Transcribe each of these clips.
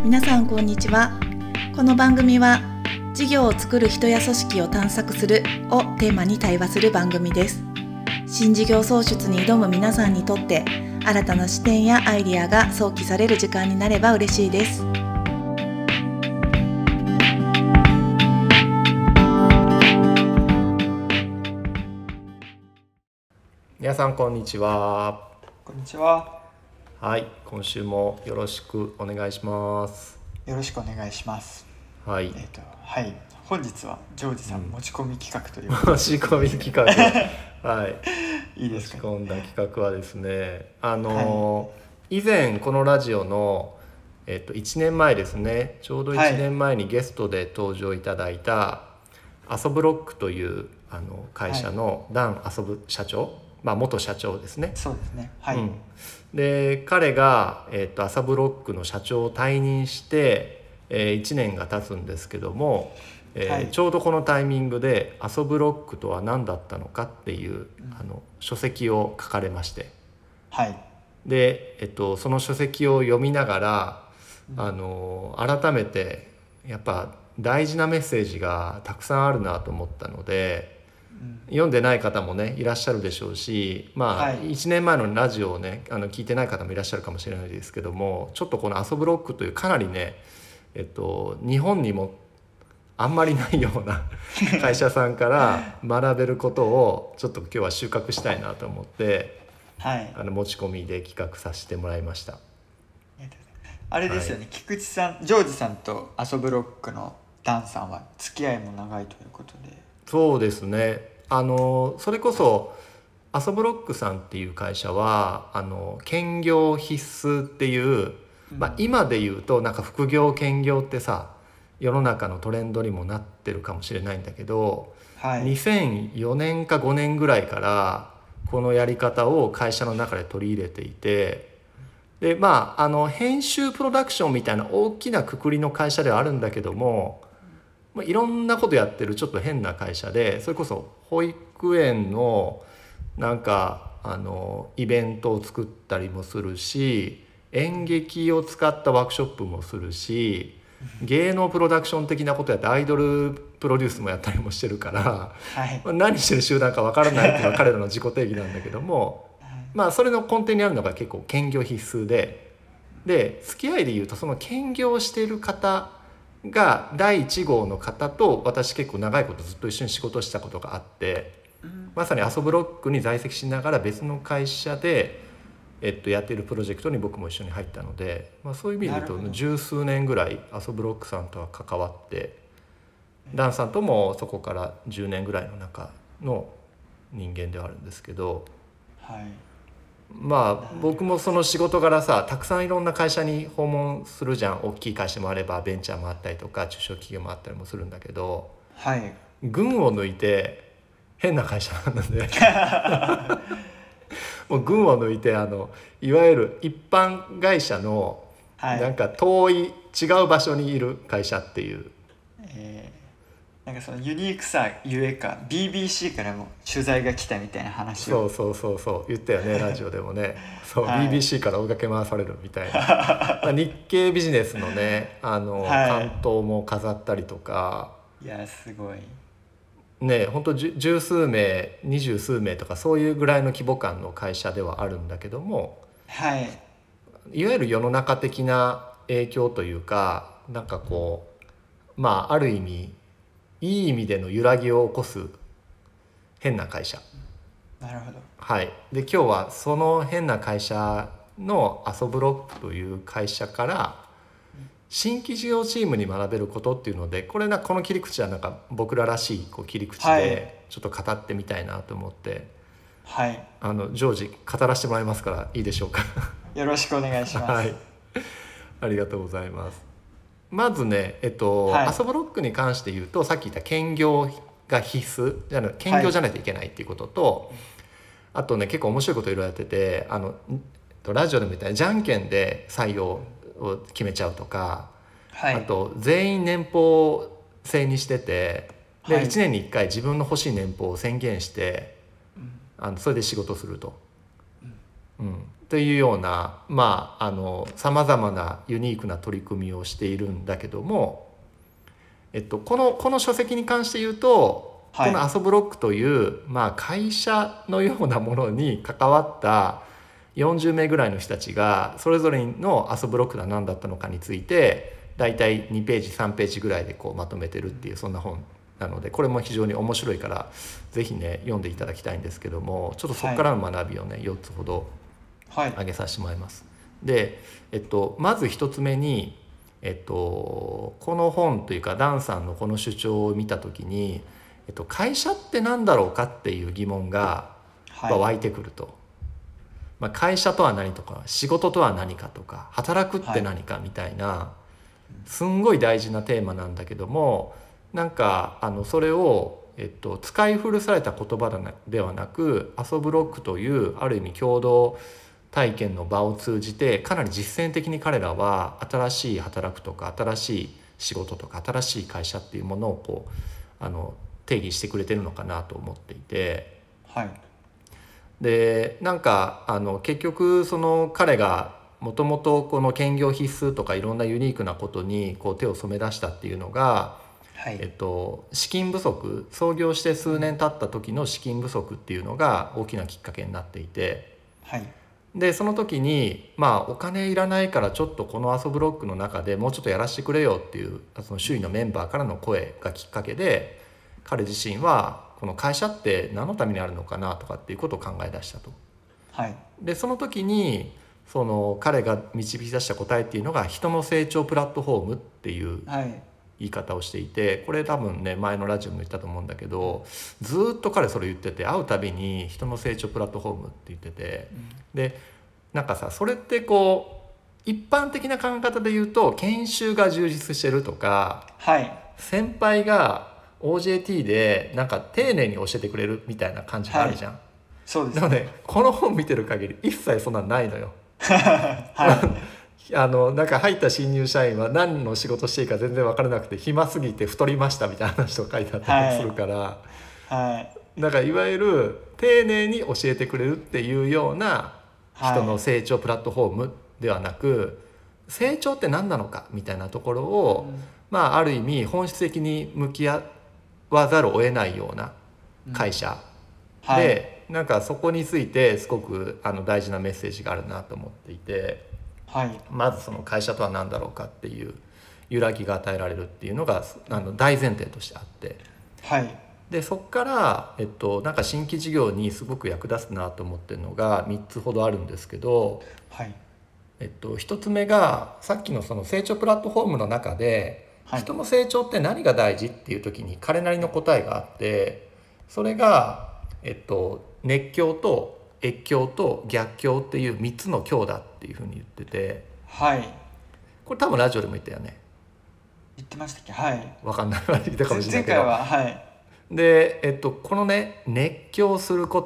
皆さんこんにちは。この番組は事業を作る人や組織を探索するをテーマに対話する番組です。新事業創出に挑む皆さんにとって新たな視点やアイディアが想起される時間になれば嬉しいです。 皆さんこんにちは。 こんにちは。 はい、今週もよろしくお願いします。 よろしくお願いします。 はい。 はい。本日はジョージさん持ち込み企画という持ち込み企画。はい。 いいですか。 持ち込んだ企画はですね、 はい以前このラジオの1年前ですね、ちょうど1年前にゲストで登場いただいたアソブロックという会社のダン・アソブ社長、元社長ですね。 そうですね。はい。 で彼が、アサブロックの社長を退任して、1年が経つんですけども、ちょうどこのタイミングでアソブロックとは何だったのかっていう、書籍を書かれまして、 はい。 で、その書籍を読みながら、改めてやっぱ大事なメッセージがたくさんあるなと思ったので、読んでない方もねいらっしゃるでしょうし、1年前のラジオをね聞いてない方もいらっしゃるかもしれないですけども、ちょっとこのアソブロックというかなりね、日本にもあんまりないような会社さんから学べることをちょっと今日は収穫したいなと思って、持ち込みで企画させてもらいました。 あれですよね、菊池さん、ジョージさんとアソブロックのダンさんは付き合いも長いということで。 そうですね、それこそアソブロックさんっていう会社は兼業必須っていう、今で言うとなんか副業兼業ってさ世の中のトレンドにもなってるかもしれないんだけど、2004年か5年ぐらいからこのやり方を会社の中で取り入れていて、で編集プロダクションみたいな大きな括りの会社ではあるんだけども、いろんなことやってるちょっと変な会社で、それこそ保育園のなんかイベントを作ったりもするし、演劇を使ったワークショップもするし、芸能プロダクション的なことやってアイドルプロデュースもやったりもしてるから、何してる集団かわからないっていうのは彼らの自己定義なんだけども、それの根底にあるのが結構兼業必須で、付き合いでいうとその兼業をしている方が第1号の方と私結構長いことずっと一緒に仕事をしたことがあって、まさにアソブロックに在籍しながら別の会社で、やっているプロジェクトに僕も一緒に入ったので、そういう意味で言うと十数年ぐらいアソブロックさんとは関わって、ダンさんともそこから10年ぐらいの中の人間ではあるんですけど、僕もその仕事柄さたくさんいろんな会社に訪問するじゃん。大きい会社もあればベンチャーもあったりとか中小企業もあったりもするんだけど、群を抜いて変な会社なのでもう群を抜いていわゆる一般会社のなんか遠い違う場所にいる会社っていう、 なんかそのユニークさゆえか BBC からも取材が来たみたいな話をそう言ったよねラジオでもねBBC から追いかけ回されるみたいな日経ビジネスのね関東も飾ったりとか、 いやすごいね、本当十数名20数名とかそういうぐらいの規模感の会社ではあるんだけども、いわゆる世の中的な影響というか、なんかこうある意味いい意味での揺らぎを起こす変な会社。 なるほど。 で今日はその変な会社のアソブロックという会社から新規事業チームに学べることっていうので、この切り口はなんか僕ららしい切り口でちょっと語ってみたいなと思って、ジョージ語らせてもらいますからいいでしょうか。 よろしくお願いします。 ありがとうございます。まずね、アソブロックに関して言うと、さっき言った兼業が必須兼業じゃないといけないっていうことと、あとね結構面白いこといろいろやってて、ラジオでも言ったじゃんけんで採用を決めちゃうとか、あと全員年俸制にしてて、で1年に1回自分の欲しい年俸を宣言して、それで仕事すると、 というようなさまざまなユニークな取り組みをしているんだけども、この書籍に関して言うと、 はい、 このアソブロックという、会社のようなものに関わった40名ぐらいの人たちがそれぞれのアソブロックが何だったのかについてだいたい2ページ3ページぐらいでこうまとめてるっていうそんな本なので、これも非常に面白いからぜひね読んでいただきたいんですけども、ちょっとそこからの学びをね4つほど挙げさせてもらいます。で、まず1つ目に、この本というかダンさんのこの主張を見た時に、会社って何だろうかっていう疑問が湧いてくると、会社とは何とか仕事とは何かとか働くって何かみたいな、すんごい大事なテーマなんだけども、なんかそれを、使い古された言葉ではなく、アソブロックというある意味共同体験の場を通じてかなり実践的に彼らは新しい働くとか新しい仕事とか新しい会社っていうものをこう定義してくれてるのかなと思っていて、 はい、 でなんか結局その彼がもともとこの兼業必須とかいろんなユニークなことにこう手を染め出したっていうのが、 はい、 資金不足、創業して数年経った時の資金不足っていうのが大きなきっかけになっていて、 はい、 でその時にお金いらないからちょっとこのアソブロックの中でもうちょっとやらせてくれよっていうその周囲のメンバーからの声がきっかけで、彼自身はこの会社って何のためにあるのかなとかっていうことを考え出したと。 はい、 でその時にその彼が導き出した答えっていうのが人の成長プラットフォームっていう言い方をしていて、これ多分ね前のラジオも言ったと思うんだけど、ずっと彼それ言ってて、会うたびに人の成長プラットフォームって言ってて、でなんかさ、それってこう一般的な考え方で言うと研修が充実してるとか、 はい、 先輩が OJT でなんか丁寧に教えてくれるみたいな感じがあるじゃん、はい、 そうですね。 なのでこの本見てる限り一切そんなんないのよはいなんか入った新入社員は何の仕事していいか全然分からなくて暇すぎて太りましたみたいな話とか書いてあったりするから、 はいはい、 だからいわゆる丁寧に教えてくれるっていうような人の成長プラットフォームではなく、成長って何なのかみたいなところを、ある意味本質的に向き合わざるを得ないような会社で、なんかそこについてすごく大事なメッセージがあるなと思っていて、 はい、 まずその会社とは何だろうかっていう揺らぎが与えられるっていうのが大前提としてあって、 はい、 でそこから、なんか新規事業にすごく役立つなと思ってるのが3つほどあるんですけど、 はい、 1つ目がさっきのその成長プラットフォームの中で、 はい、 人の成長って何が大事っていう時に彼なりの答えがあって、それが、熱狂と越境と逆境っていう3つの境だっていうふうに言ってて、 はい、 これ多分ラジオでも言ったよね。 言ってましたっけ？はい、 分かんない言ったかもしれないけど、 前回ははい。 で、このね熱狂すること、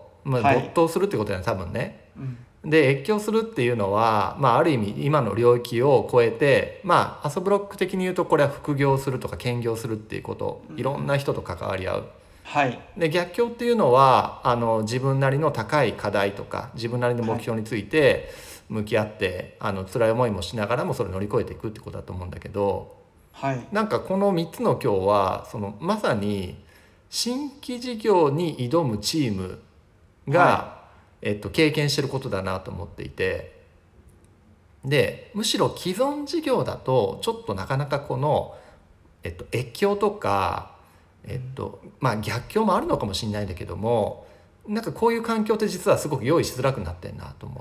没頭するってことだよね多分ね、で越境するっていうのは、ある意味今の領域を超えて、アソブロック的に言うとこれは副業するとか兼業するっていうこと、いろんな人と関わり合う。 はい、 で逆境っていうのは自分なりの高い課題とか自分なりの目標について向き合って、辛い思いもしながらもそれを乗り越えていくってことだと思うんだけど、 はい、 なんかこの3つの今日はまさに新規事業に挑むチームが、経験してることだなと思っていて、でむしろ既存事業だとちょっとなかなかこの、越境とか逆境もあるのかもしれないんだけども、なんかこういう環境って実はすごく用意しづらくなってんなと思って、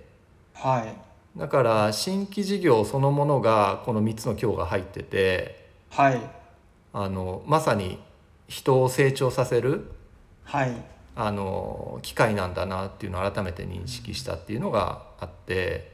はい、 だから新規事業そのものがこの3つの強が入ってて、 はい、 まさに人を成長させる、 はい、 機会なんだなっていうのを改めて認識したっていうのがあって、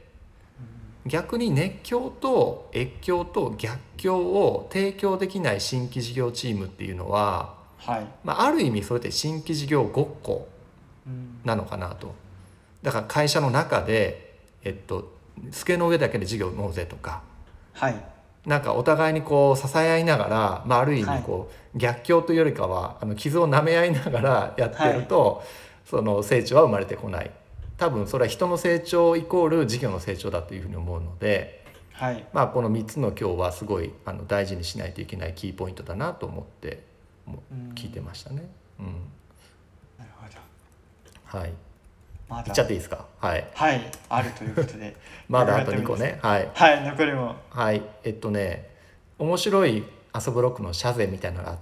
逆に熱狂と越境と逆境を提供できない新規事業チームっていうのは、 はい、 ある意味それって新規事業ごっこなのかなと。だから会社の中で、机の上だけで事業納税とか、 はい、 なんかお互いにこう支え合いながら、ある意味こう、逆境というよりかは傷を舐め合いながらやってると、その成長は生まれてこない。 多分それは人の成長イコール事業の成長だというふうに思うので、 はい、 まあ、この3つの今日はすごい大事にしないといけないキーポイントだなと思って聞いてましたね。 なるほど。 はい、 まだ言っちゃっていいですか。はい、 はい、あるということでまだあと2個ね。はい、 はい、残りもはい、面白いアソブロックの社税みたいなのがあって、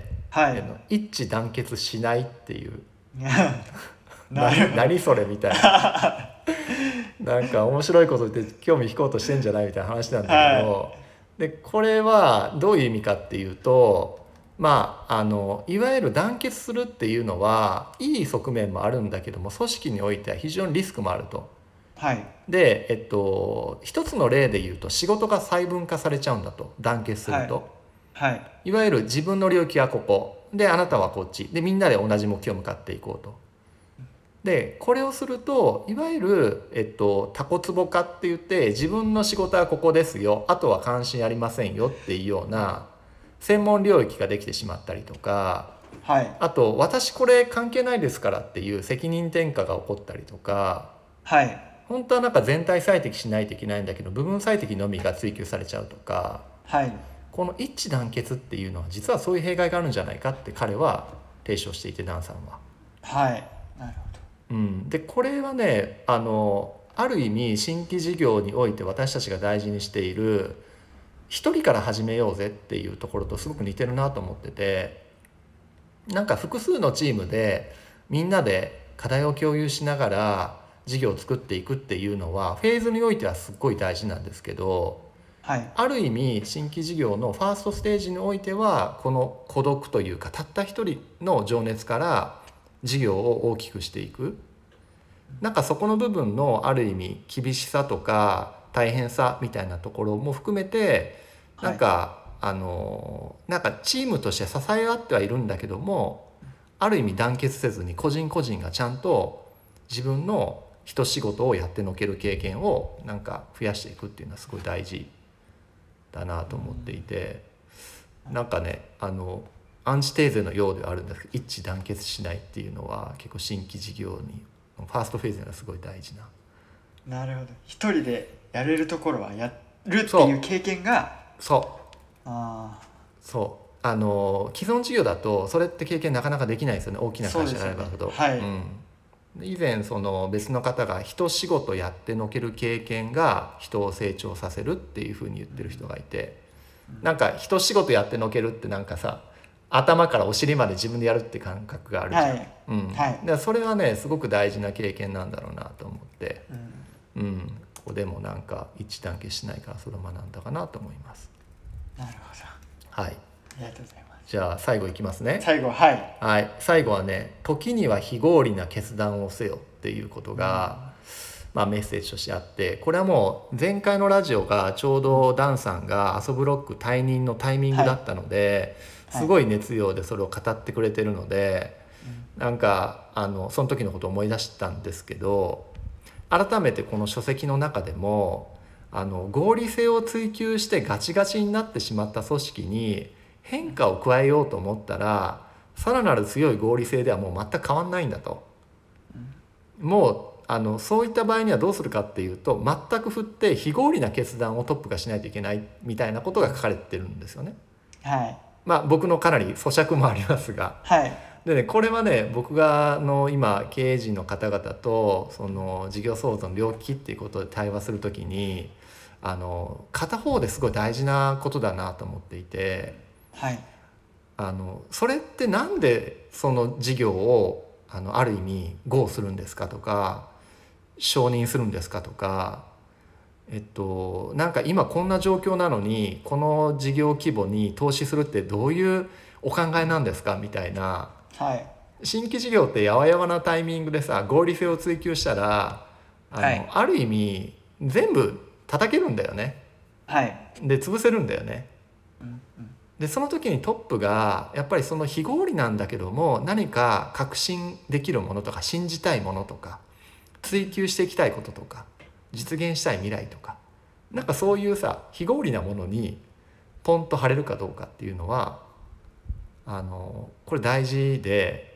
はい、 一致団結しないっていうなるほど何それみたいななんか面白いことで興味引こうとしてんじゃないみたいな話なんだけど、でこれはどういう意味かっていうと、まあいわゆる団結するっていうのはいい側面もあるんだけども、組織においては非常にリスクもあると。 はい、 で、一つの例で言うと仕事が細分化されちゃうんだと、団結すると、 はい、 いわゆる自分の領域はここで、あなたはこっちで、みんなで同じ目標に向かっていこうと。でこれをするといわゆる、タコツボ化って言って、自分の仕事はここですよ、あとは関心ありませんよっていうような専門領域ができてしまったりとか、 はい、 あと私これ関係ないですからっていう責任転嫁が起こったりとか、 はい、 本当はなんか全体最適しないといけないんだけど部分最適のみが追求されちゃうとか、 はい、 この一致団結っていうのは実はそういう弊害があるんじゃないかって彼は提唱していて、ダンさんは。 はい、なるほど。 でこれはね、ある意味新規事業において私たちが大事にしている一人から始めようぜっていうところとすごく似てるなと思ってて、なんか複数のチームでみんなで課題を共有しながら事業を作っていくっていうのはフェーズにおいてはすっごい大事なんですけど、 はい、 ある意味新規事業のファーストステージにおいてはこの孤独というかたった一人の情熱から事業を大きくしていく、なんかそこの部分のある意味厳しさとか大変さみたいなところも含めて、なんか、なんかチームとして支え合ってはいるんだけども、ある意味団結せずに個人個人がちゃんと自分の一仕事をやってのける経験をなんか増やしていくっていうのはすごい大事だなと思っていて、なんかねアンチテーゼのようではあるんですけど、一致団結しないっていうのは結構新規事業にファーストフェーズにはすごい大事な。 なるほど。一人でやれるところはやるっていう経験が、 そうあそう既存事業だとそれって経験なかなかできないですよね、大きな会社であればほど、 ね、はい、 以前その別の方が一仕事やってのける経験が人を成長させるっていうふうに言ってる人がいて、なんか一仕事やってのけるってなんかさ、頭からお尻まで自分でやるって感覚があるじゃん、 はいはい、 だからそれはねすごく大事な経験なんだろうなと思って、ここでもなんか一致団結しないからそれを学んだかなと思います。 なるほど。はい。 ありがとうございます。 じゃあ最後いきますね。 最後、はい。 はい。最後はね、時には非合理な決断をせよっていうことが、まあ、メッセージとしてあって、これはもう前回のラジオがちょうどダンさんがアソブロック退任のタイミングだったので、すごい熱量でそれを語ってくれてるので、なんかその時のことを思い出したんですけど、改めてこの書籍の中でも合理性を追求してガチガチになってしまった組織に変化を加えようと思ったら、さらなる強い合理性ではもう全く変わんないんだと。もうそういった場合にはどうするかっていうと、全く振って非合理な決断をトップがしないといけないみたいなことが書かれてるんですよね。 はい。 まあ僕のかなり咀嚼もありますが、 はい。 でね、これはね、僕が今経営陣の方々とその事業創造の領域っていうことで対話するときに片方ですごい大事なことだなと思っていて、 はい、 それってなんでその事業をある意味 GO するんですかとか承認するんですかとか、なんか今こんな状況なのにこの事業規模に投資するってどういうお考えなんですかみたいな、 はい、 新規事業ってやわやわなタイミングでさ合理性を追求したらはい、 ある意味全部叩けるんだよね、 はい、 で潰せるんだよね、でその時にトップがやっぱりその非合理なんだけども何か確信できるものとか信じたいものとか追求していきたいこととか実現したい未来とか、なんかそういうさ非合理なものにポンと張れるかどうかっていうのはこれ大事で、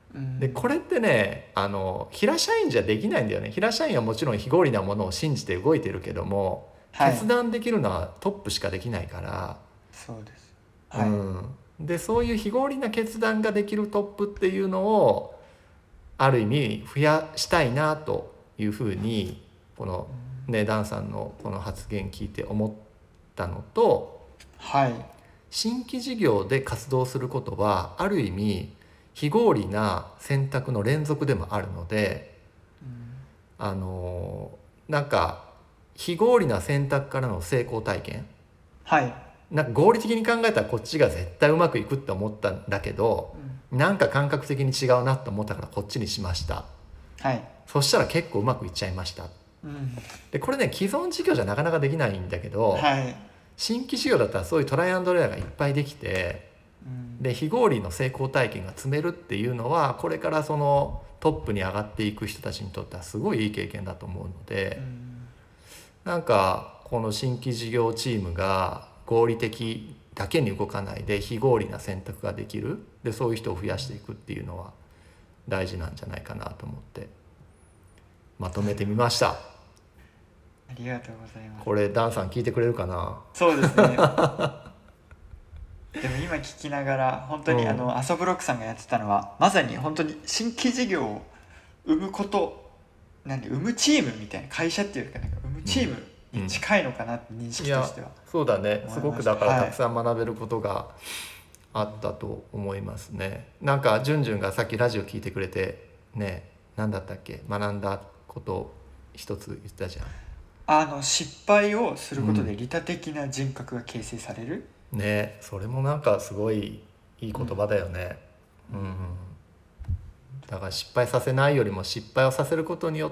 でこれってね平社員じゃできないんだよね。平社員はもちろん非合理なものを信じて動いてるけども、 はい、 決断できるのはトップしかできないから、 そうです、はい、 でそういう非合理な決断ができるトップっていうのをある意味増やしたいなというふうにこのねダンさんのこの発言聞いて思ったのと、 はい、 新規事業で活動することはある意味非合理な選択の連続でもあるので、なんか非合理な選択からの成功体験、 はい、 なんか合理的に考えたらこっちが絶対うまくいくって思ったんだけど、なんか感覚的に違うなと思ったからこっちにしました、 はい、 そしたら結構うまくいっちゃいました、でこれね既存事業じゃなかなかできないんだけど、 はい、 新規事業だったらそういうトライアンドエラーがいっぱいできて、で非合理の成功体験が積めるっていうのはこれからそのトップに上がっていく人たちにとってはすごいいい経験だと思うので、なんかこの新規事業チームが合理的だけに動かないで非合理な選択ができる、でそういう人を増やしていくっていうのは大事なんじゃないかなと思ってまとめてみました。 ありがとうございます。 これダンさん聞いてくれるかな。 そうですねでも今聞きながら本当にアソブロックさんがやってたのはまさに本当に新規事業を生むことなんで生むチームみたいな、会社っていうかなんか生むチームに近いのかなって認識としては、 そうだね、すごくだからたくさん学べることがあったと思いますね、なんかじゅんじゅんがさっきラジオ聞いてくれてね、何だったっけ、学んだこと一つ言ってたじゃん。 失敗をすることで利他的な人格が形成される、 ね、それもなんかすごいいい言葉だよね、だから失敗させないよりも失敗をさせることによって、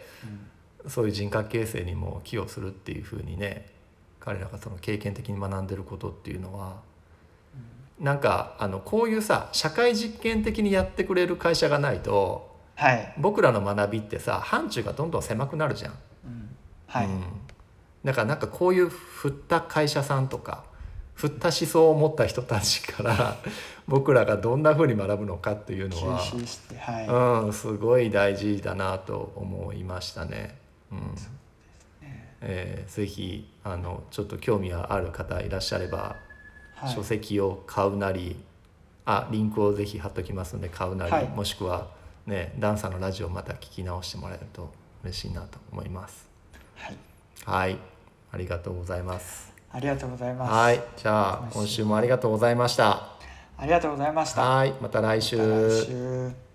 そういう人格形成にも寄与するっていうふうにね、彼らがその経験的に学んでることっていうのは、なんかこういうさ社会実験的にやってくれる会社がないと、 はい、 僕らの学びってさ範疇がどんどん狭くなるじゃん、 はい、 だからなんかこういう振った会社さんとか振った思想を持った人たちから僕らがどんなふうに学ぶのかっていうのは吸収して、はい、 すごい大事だなと思いましたね。ぜひちょっと興味がある方いらっしゃれば、はい、書籍を買うなりリンクをぜひ貼っときますので買うなり、はい、もしくはねダンさんのラジオをまた聞き直してもらえると嬉しいなと思います。はい、はい、ありがとうございます。 ありがとうございます。 はい、じゃあ今週もありがとうございました。 ありがとうございました。 はい、また来週。